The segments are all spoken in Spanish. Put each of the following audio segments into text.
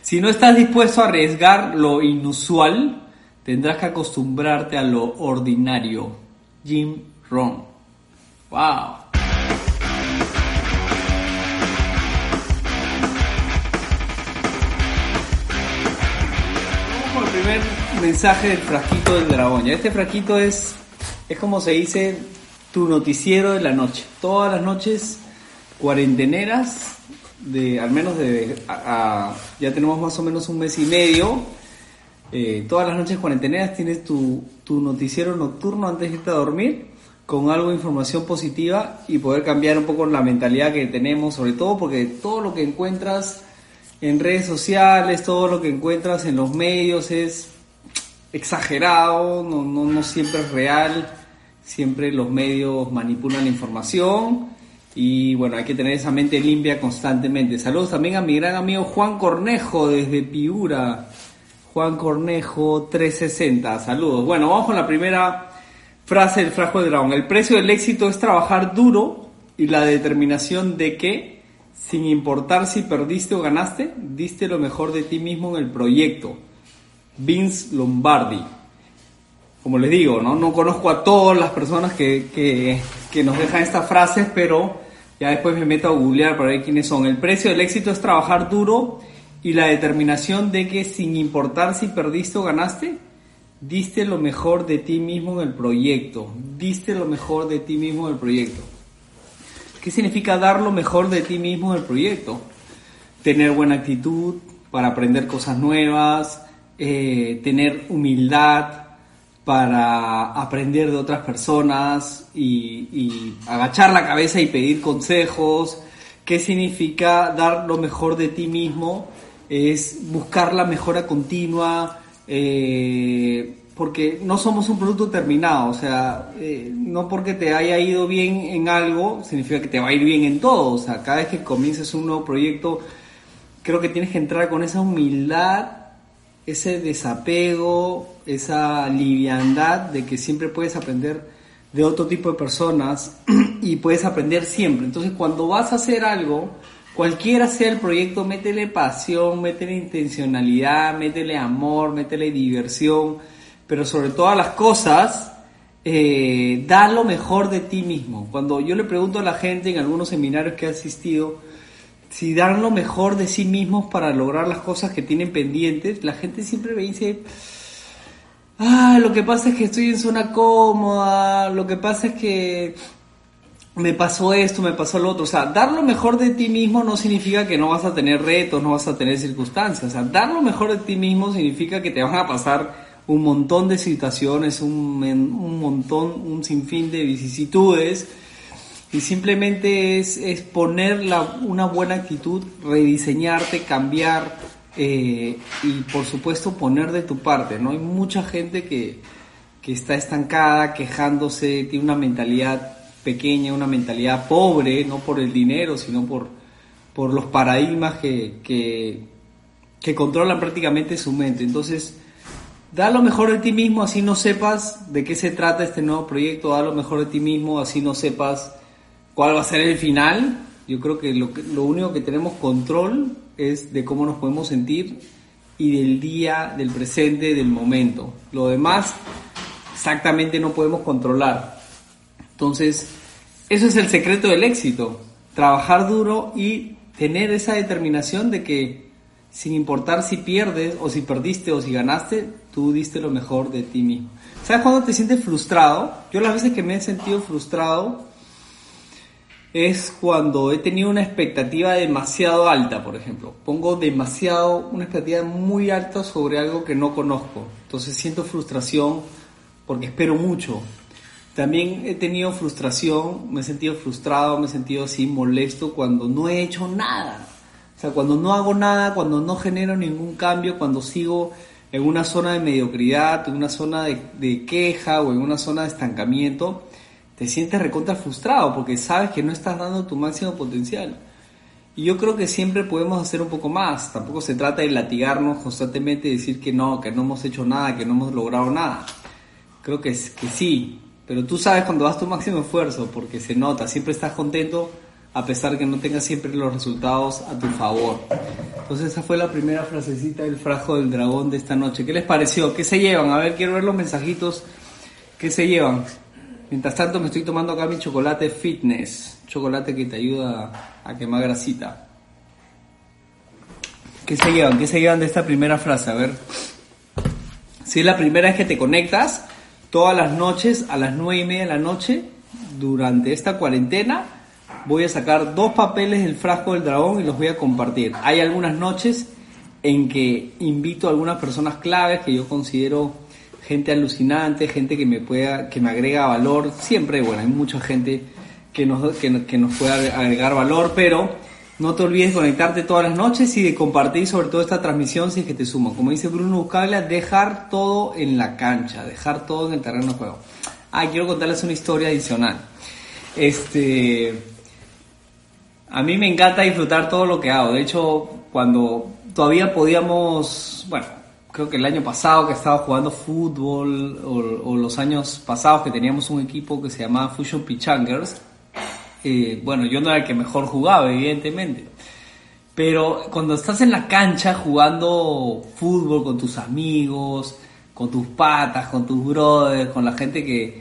Si no estás dispuesto a arriesgar lo inusual, tendrás que acostumbrarte a lo ordinario. Jim Rohn. ¡Wow! Vamos con el primer mensaje del frasquito del dragón. Ya este frasquito es como se dice, tu noticiero de la noche. Todas las noches cuarenteneras, al menos ya tenemos más o menos un mes y medio. Todas las noches cuarenteneras tienes tu noticiero nocturno antes de irte a dormir, con algo de información positiva y poder cambiar un poco la mentalidad que tenemos, sobre todo porque todo lo que encuentras en redes sociales, todo lo que encuentras en los medios es exagerado, no siempre es real, siempre los medios manipulan la información y bueno, hay que tener esa mente limpia constantemente. Saludos también a mi gran amigo Juan Cornejo desde Piura, Juan Cornejo 360, saludos. Bueno, vamos con la primera frase del frasco del dragón. El precio del éxito es trabajar duro y la determinación de que, sin importar si perdiste o ganaste, diste lo mejor de ti mismo en el proyecto. Vince Lombardi. Como les digo, no conozco a todas las personas que nos dejan estas frases, pero ya después me meto a googlear para ver quiénes son. El precio del éxito es trabajar duro y la determinación de que, sin importar si perdiste o ganaste, diste lo mejor de ti mismo en el proyecto. Diste lo mejor de ti mismo en el proyecto. ¿Qué significa dar lo mejor de ti mismo en el proyecto? Tener buena actitud para aprender cosas nuevas, tener humildad para aprender de otras personas y agachar la cabeza y pedir consejos. ¿Qué significa dar lo mejor de ti mismo? Es buscar la mejora continua, porque no somos un producto terminado, o sea, no porque te haya ido bien en algo significa que te va a ir bien en todo. O sea, cada vez que comiences un nuevo proyecto, creo que tienes que entrar con esa humildad, ese desapego, esa liviandad de que siempre puedes aprender de otro tipo de personas y puedes aprender siempre. Entonces, cuando vas a hacer algo, cualquiera sea el proyecto, métele pasión, métele intencionalidad, métele amor, métele diversión, pero sobre todas las cosas, da lo mejor de ti mismo. Cuando yo le pregunto a la gente en algunos seminarios que he asistido, si dan lo mejor de sí mismos para lograr las cosas que tienen pendientes, la gente siempre me dice: lo que pasa es que estoy en zona cómoda, lo que pasa es que me pasó esto, me pasó lo otro. O sea, dar lo mejor de ti mismo no significa que no vas a tener retos, no vas a tener circunstancias. O sea, dar lo mejor de ti mismo significa que te van a pasar un montón de situaciones, un sinfín de vicisitudes, y simplemente es poner una buena actitud, rediseñarte, cambiar, y por supuesto poner de tu parte, ¿no? Hay mucha gente que está estancada, quejándose, tiene una mentalidad pequeña, una mentalidad pobre, no por el dinero, sino por los paradigmas que controlan prácticamente su mente. Entonces, da lo mejor de ti mismo, así no sepas de qué se trata este nuevo proyecto. Da lo mejor de ti mismo, así no sepas cuál va a ser el final. Yo creo que lo único que tenemos control es de cómo nos podemos sentir y del día, del presente, del momento. Lo demás exactamente no podemos controlar. Entonces, eso es el secreto del éxito: trabajar duro y tener esa determinación de que, sin importar si pierdes o si perdiste o si ganaste, tú diste lo mejor de ti mismo. ¿Sabes cuándo te sientes frustrado? Yo las veces que me he sentido frustrado es cuando he tenido una expectativa demasiado alta, por ejemplo. Pongo una expectativa muy alta sobre algo que no conozco. Entonces siento frustración porque espero mucho. También he tenido frustración, me he sentido frustrado, me he sentido así molesto cuando no he hecho nada. O sea, cuando no hago nada, cuando no genero ningún cambio, cuando sigo en una zona de mediocridad, en una zona de queja o en una zona de estancamiento, te sientes recontra frustrado porque sabes que no estás dando tu máximo potencial. Y yo creo que siempre podemos hacer un poco más. Tampoco se trata de latigarnos constantemente y decir que no hemos hecho nada, que no hemos logrado nada. Creo que sí, pero tú sabes cuando das tu máximo esfuerzo, porque se nota, siempre estás contento a pesar de que no tengas siempre los resultados a tu favor. Entonces esa fue la primera frasecita del frasco del dragón de esta noche. ¿Qué les pareció? ¿Qué se llevan? A ver, quiero ver los mensajitos. ¿Qué se llevan? Mientras tanto me estoy tomando acá mi chocolate fitness. Chocolate que te ayuda a quemar grasita. ¿Qué se llevan? ¿Qué se llevan de esta primera frase? A ver. Si es la primera vez que te conectas, todas las noches a las 9:30 de la noche, durante esta cuarentena, voy a sacar 2 papeles del frasco del dragón y los voy a compartir. Hay algunas noches en que invito a algunas personas claves que yo considero gente alucinante, gente que me agrega valor. Siempre, bueno, hay mucha gente que nos puede agregar valor, pero no te olvides de conectarte todas las noches y de compartir sobre todo esta transmisión si es que te suma. Como dice Bruno Buscaglia, dejar todo en la cancha, dejar todo en el terreno de juego. Quiero contarles una historia adicional. A mí me encanta disfrutar todo lo que hago. De hecho, cuando todavía podíamos, bueno, creo que el año pasado que estaba jugando fútbol o los años pasados que teníamos un equipo que se llamaba Fusion Pichangers, bueno, yo no era el que mejor jugaba, evidentemente, pero cuando estás en la cancha jugando fútbol con tus amigos, con tus patas, con tus brothers, con la gente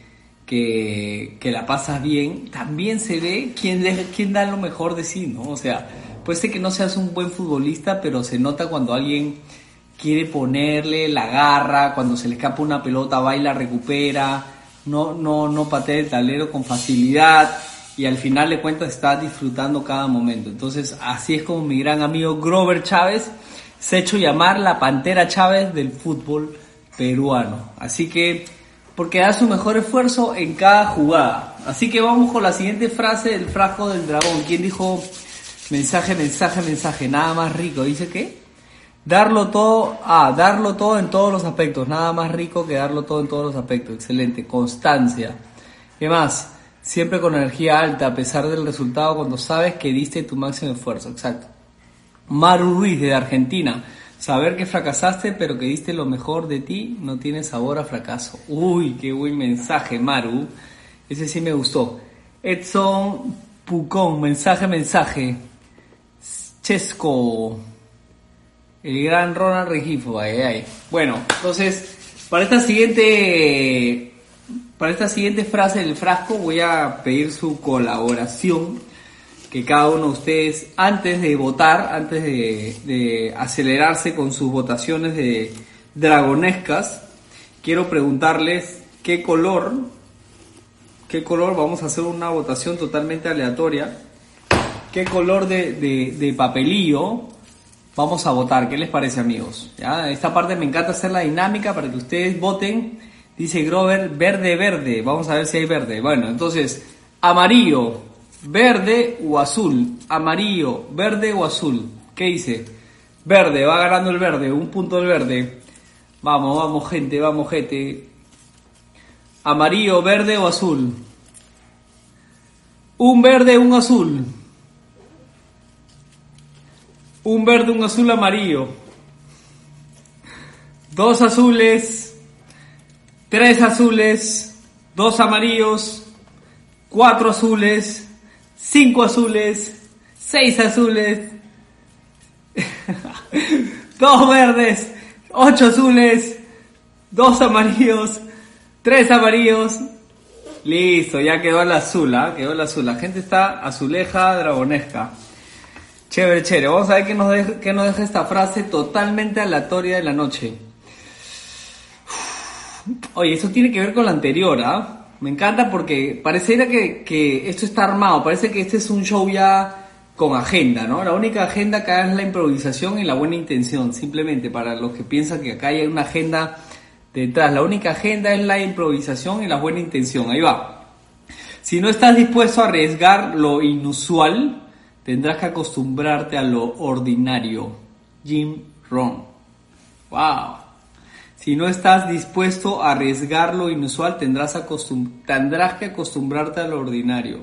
que la pasas bien, también se ve quién da lo mejor de sí, ¿no? O sea, puede ser que no seas un buen futbolista, pero se nota cuando alguien quiere ponerle la garra, cuando se le escapa una pelota, va y la recupera, no patea el tablero con facilidad, y al final de cuentas está disfrutando cada momento. Entonces así es como mi gran amigo Grover Chávez se ha hecho llamar la Pantera Chávez del fútbol peruano. Así que, porque da su mejor esfuerzo en cada jugada. Así que vamos con la siguiente frase del frasco del dragón. ¿Quién dijo mensaje, mensaje, mensaje? Nada más rico. ¿Dice qué? Darlo todo en todos los aspectos. Nada más rico que darlo todo en todos los aspectos. Excelente. Constancia. ¿Qué más? Siempre con energía alta, a pesar del resultado, cuando sabes que diste tu máximo esfuerzo. Exacto. Maru Ruiz, de Argentina. Saber que fracasaste, pero que diste lo mejor de ti, no tiene sabor a fracaso. Uy, qué buen mensaje, Maru. Ese sí me gustó. Edson Pucón, mensaje. Chesco. El gran Ronald Regifo. Ay. Bueno, entonces, para esta siguiente frase del frasco voy a pedir su colaboración, que cada uno de ustedes, antes de votar, antes de acelerarse con sus votaciones de dragonescas, quiero preguntarles qué color, vamos a hacer una votación totalmente aleatoria, qué color de papelillo vamos a votar. ¿Qué les parece, amigos? ¿Ya? Esta parte me encanta hacer la dinámica para que ustedes voten. Dice Grover, verde. Vamos a ver si hay verde. Bueno, entonces, amarillo, verde o azul. Amarillo, verde o azul. ¿Qué dice? Verde, va ganando el verde. 1 punto del verde. Vamos, gente. Amarillo, verde o azul. Un verde, un azul. Un verde, un azul, amarillo. 2 azules. 3 azules, 2 amarillos, 4 azules, 5 azules, 6 azules, 2 verdes, 8 azules, 2 amarillos, 3 amarillos. Listo, ya quedó el azul, quedó el azul. La gente está azuleja, dragonesca. Chévere. Vamos a ver qué nos deja esta frase totalmente aleatoria de la noche. Oye, eso tiene que ver con la anterior, Me encanta porque pareciera que esto está armado, parece que este es un show ya con agenda, ¿no? La única agenda acá es la improvisación y la buena intención, simplemente para los que piensan que acá hay una agenda detrás. La única agenda es la improvisación y la buena intención, ahí va. Si no estás dispuesto a arriesgar lo inusual, tendrás que acostumbrarte a lo ordinario. Jim Rohn. ¡Wow! Si no estás dispuesto a arriesgar lo inusual, tendrás que acostumbrarte a lo ordinario.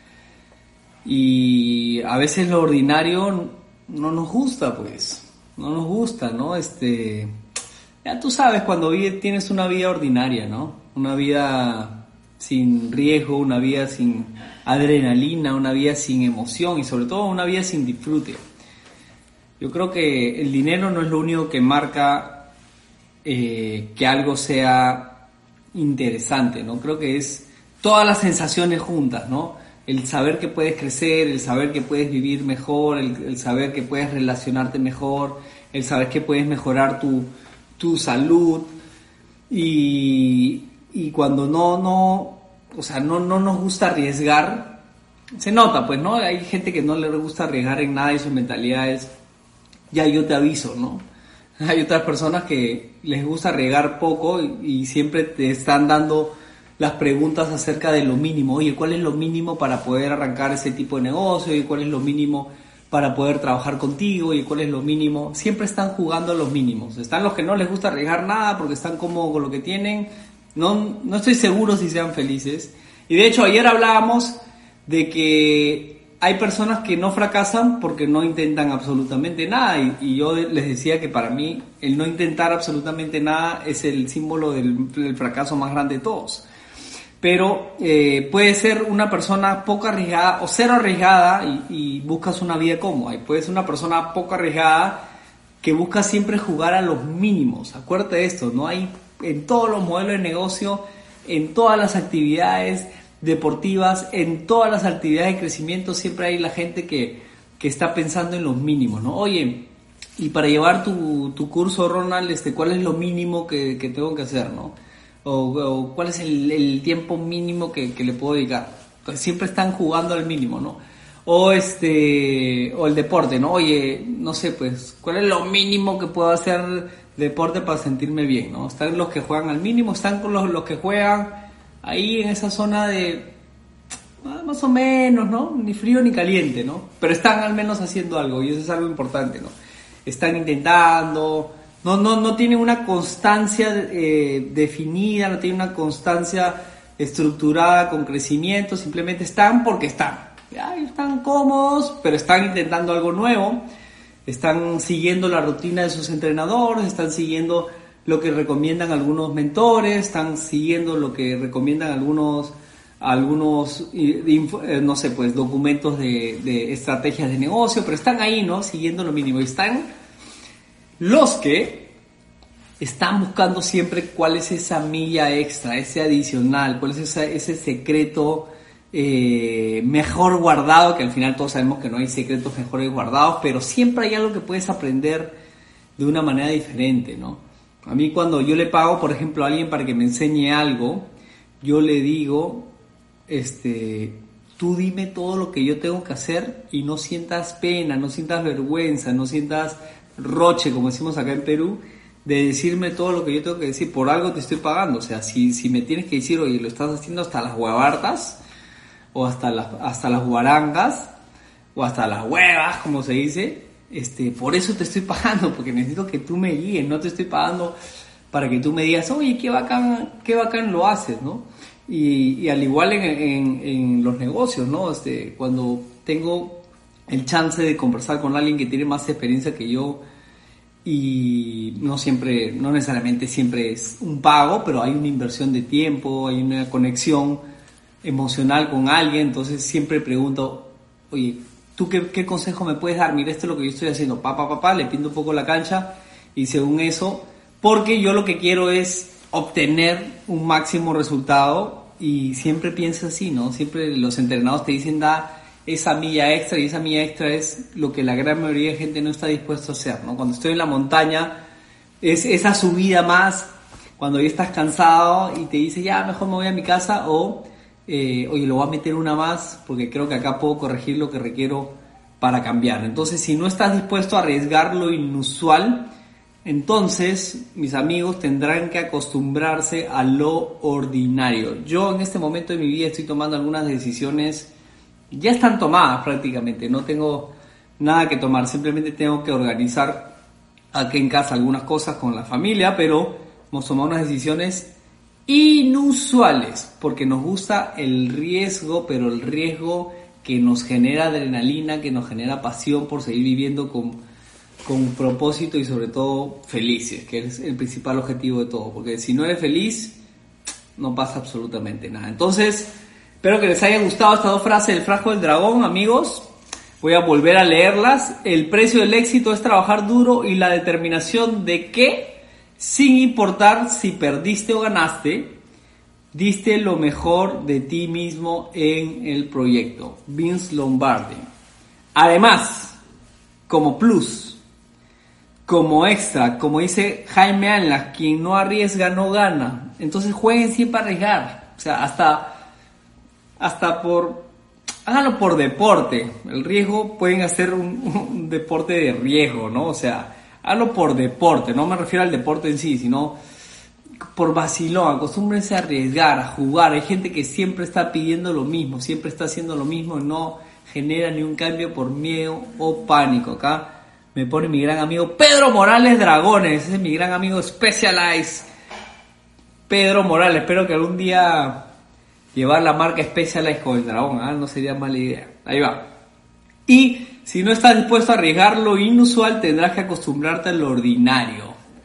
Y a veces lo ordinario no nos gusta, pues. No nos gusta, ¿no? Ya tú sabes cuando tienes una vida ordinaria, ¿no? Una vida sin riesgo, una vida sin adrenalina, una vida sin emoción y sobre todo una vida sin disfrute. Yo creo que el dinero no es lo único que marca que algo sea interesante, ¿no? Creo que es todas las sensaciones juntas, ¿no? El saber que puedes crecer, el saber que puedes vivir mejor, el saber que puedes relacionarte mejor, el saber que puedes mejorar tu salud y cuando no nos gusta arriesgar, se nota, pues, ¿no? Hay gente que no le gusta arriesgar en nada y su mentalidad es, ya yo te aviso, ¿no? Hay otras personas que les gusta arriesgar poco y siempre te están dando las preguntas acerca de lo mínimo. Oye, ¿cuál es lo mínimo para poder arrancar ese tipo de negocio? Oye, ¿cuál es lo mínimo para poder trabajar contigo? Oye, ¿cuál es lo mínimo? Siempre están jugando a los mínimos. Están los que no les gusta arriesgar nada porque están cómodos con lo que tienen. No estoy seguro si sean felices. Y de hecho ayer hablábamos de que hay personas que no fracasan porque no intentan absolutamente nada y yo les decía que para mí el no intentar absolutamente nada es el símbolo del fracaso más grande de todos. Pero puede ser una persona poco arriesgada o cero arriesgada y buscas una vida cómoda. Y puede ser una persona poco arriesgada que busca siempre jugar a los mínimos. Acuérdate de esto, no hay en todos los modelos de negocio, en todas las actividades deportivas, en todas las actividades de crecimiento, siempre hay la gente que está pensando en los mínimos, ¿no? Oye, y para llevar tu curso, Ronald, ¿cuál es lo mínimo que tengo que hacer, no? O cuál es el tiempo mínimo que le puedo dedicar. Pues siempre están jugando al mínimo, ¿no? O el deporte, ¿no? Oye, no sé, pues, ¿cuál es lo mínimo que puedo hacer deporte para sentirme bien, ¿no? Están los que juegan al mínimo, están con los que juegan ahí en esa zona de más o menos, ¿no? Ni frío ni caliente, ¿no? Pero están al menos haciendo algo y eso es algo importante, ¿no? Están intentando, no tienen una constancia definida, no tienen una constancia estructurada con crecimiento, simplemente están porque están. Ya, están cómodos, pero están intentando algo nuevo, están siguiendo la rutina de sus entrenadores, están siguiendo lo que recomiendan algunos mentores, están siguiendo lo que recomiendan algunos no sé, pues documentos de estrategias de negocio, pero están ahí, ¿no? Siguiendo lo mínimo. Y están los que están buscando siempre cuál es esa milla extra, ese adicional, cuál es ese secreto mejor guardado, que al final todos sabemos que no hay secretos mejores guardados, pero siempre hay algo que puedes aprender de una manera diferente, ¿no? A mí cuando yo le pago, por ejemplo, a alguien para que me enseñe algo, yo le digo, tú dime todo lo que yo tengo que hacer y no sientas pena, no sientas vergüenza, no sientas roche, como decimos acá en Perú, de decirme todo lo que yo tengo que decir. Por algo te estoy pagando. O sea, si me tienes que decir, oye, lo estás haciendo hasta las huevartas, o hasta las guarangas, o hasta las huevas, como se dice, por eso te estoy pagando, porque necesito que tú me guíes, no te estoy pagando para que tú me digas, oye, qué bacán lo haces, ¿no? Y al igual en los negocios, ¿no? Cuando tengo el chance de conversar con alguien que tiene más experiencia que yo, y no necesariamente siempre es un pago, pero hay una inversión de tiempo, hay una conexión emocional con alguien, entonces siempre pregunto, oye, ¿tú qué consejo me puedes dar? Mira, esto es lo que yo estoy haciendo, le pinto un poco la cancha y según eso, porque yo lo que quiero es obtener un máximo resultado y siempre pienso así, ¿no? Siempre los entrenados te dicen, da esa milla extra y esa milla extra es lo que la gran mayoría de gente no está dispuesto a hacer, ¿no? Cuando estoy en la montaña es esa subida más, cuando ya estás cansado y te dice, ya, mejor me voy a mi casa o... oye, lo voy a meter una más porque creo que acá puedo corregir lo que requiero para cambiar. Entonces, si no estás dispuesto a arriesgar lo inusual, entonces mis amigos tendrán que acostumbrarse a lo ordinario. Yo en este momento de mi vida estoy tomando algunas decisiones, ya están tomadas prácticamente, no tengo nada que tomar, simplemente tengo que organizar aquí en casa algunas cosas con la familia, pero hemos tomado unas decisiones inusuales, porque nos gusta el riesgo, pero el riesgo que nos genera adrenalina, que nos genera pasión por seguir viviendo con propósito y sobre todo felices, que es el principal objetivo de todo, porque si no eres feliz, no pasa absolutamente nada. Entonces, espero que les haya gustado estas 2 frases del frasco del dragón, amigos. Voy a volver a leerlas. El precio del éxito es trabajar duro y la determinación de que, sin importar si perdiste o ganaste, diste lo mejor de ti mismo en el proyecto. Vince Lombardi. Además, como plus, como extra, como dice Jaime Anlas, quien no arriesga no gana. Entonces jueguen siempre a arriesgar. O sea, hasta háganlo por deporte. El riesgo, pueden hacer un deporte de riesgo, ¿no? O sea, háganlo por deporte. No me refiero al deporte en sí, sino por vacilón. Acostúmbrense a arriesgar, a jugar. Hay gente que siempre está pidiendo lo mismo, siempre está haciendo lo mismo y no genera ni un cambio por miedo o pánico. Acá me pone mi gran amigo Pedro Morales Dragones. Ese es mi gran amigo Specialized Pedro Morales. Espero que algún día llevar la marca Specialized con el dragón, no sería mala idea. Ahí va. Y si no estás dispuesto a arriesgar lo inusual, tendrás que acostumbrarte a lo ordinario.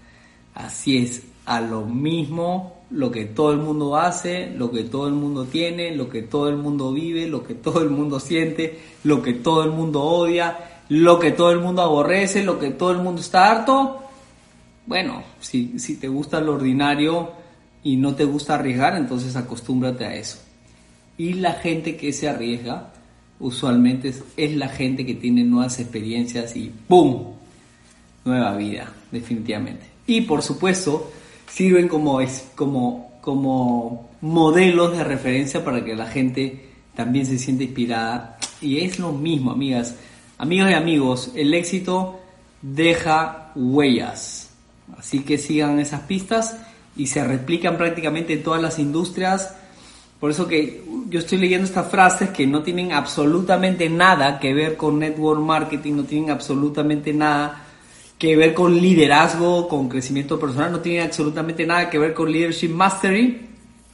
Así es, a lo mismo, lo que todo el mundo hace, lo que todo el mundo tiene, lo que todo el mundo vive, lo que todo el mundo siente, lo que todo el mundo odia, lo que todo el mundo aborrece, lo que todo el mundo está harto. Bueno, si te gusta lo ordinario y no te gusta arriesgar, entonces acostúmbrate a eso. Y la gente que se arriesga usualmente es la gente que tiene nuevas experiencias y ¡pum! Nueva vida, definitivamente. Y por supuesto sirven como modelos de referencia para que la gente también se sienta inspirada. Y es lo mismo, amigas, amigos y amigos, el éxito deja huellas. Así que sigan esas pistas y se replican prácticamente en todas las industrias. Por eso que yo estoy leyendo estas frases que no tienen absolutamente nada que ver con network marketing, no tienen absolutamente nada que ver con liderazgo, con crecimiento personal, no tienen absolutamente nada que ver con leadership mastery,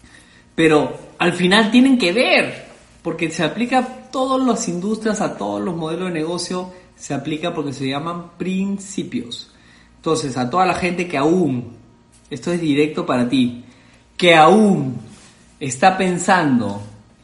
pero al final tienen que ver, porque se aplica a todas las industrias, a todos los modelos de negocio, se aplica porque se llaman principios. Entonces, a toda la gente que aún, esto es directo para ti, que aún está pensando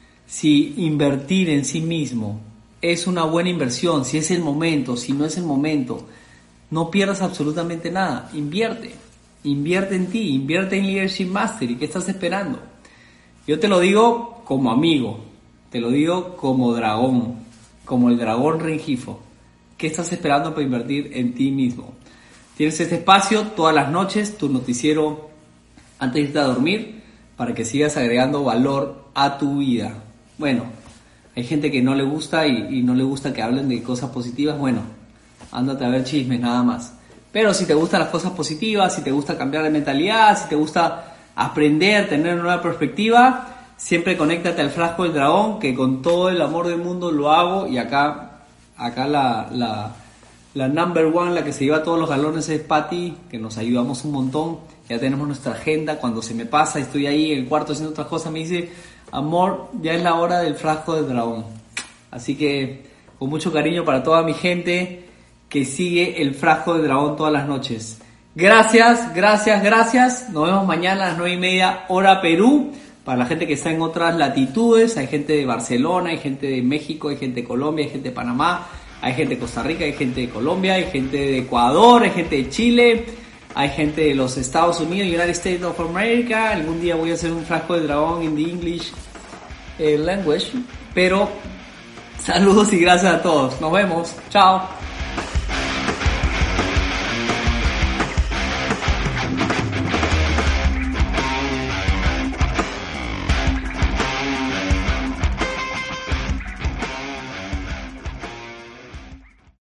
si invertir en sí mismo es una buena inversión, si es el momento, si no es el momento, no pierdas absolutamente nada. Invierte en ti, invierte en Leadership Mastery. ¿Qué estás esperando? Yo te lo digo como amigo, te lo digo como dragón, como el dragón Rengifo. ¿Qué estás esperando para invertir en ti mismo? Tienes este espacio todas las noches, tu noticiero antes de irte a dormir, para que sigas agregando valor a tu vida. Bueno, hay gente que no le gusta y no le gusta que hablen de cosas positivas. Bueno, ándate a ver chismes nada más. Pero si te gustan las cosas positivas, si te gusta cambiar de mentalidad, si te gusta aprender, tener una nueva perspectiva, siempre conéctate al frasco del dragón, que con todo el amor del mundo lo hago. Y acá la number one, la que se lleva todos los galones, es Patty, que nos ayudamos un montón. Ya tenemos nuestra agenda. Cuando se me pasa, estoy ahí en el cuarto haciendo otras cosas, me dice: amor, ya es la hora del frasco del dragón. Así que con mucho cariño para toda mi gente que sigue el frasco del dragón todas las noches. Gracias. Nos vemos mañana a las 9:30 hora Perú. Para la gente que está en otras latitudes, hay gente de Barcelona, hay gente de México, hay gente de Colombia, hay gente de Panamá, hay gente de Costa Rica, hay gente de Colombia, hay gente de Ecuador, hay gente de Chile, hay gente de los Estados Unidos, United States of America. Algún día voy a hacer un frasco del dragón in the English language. Pero saludos y gracias a todos. Nos vemos. Chao.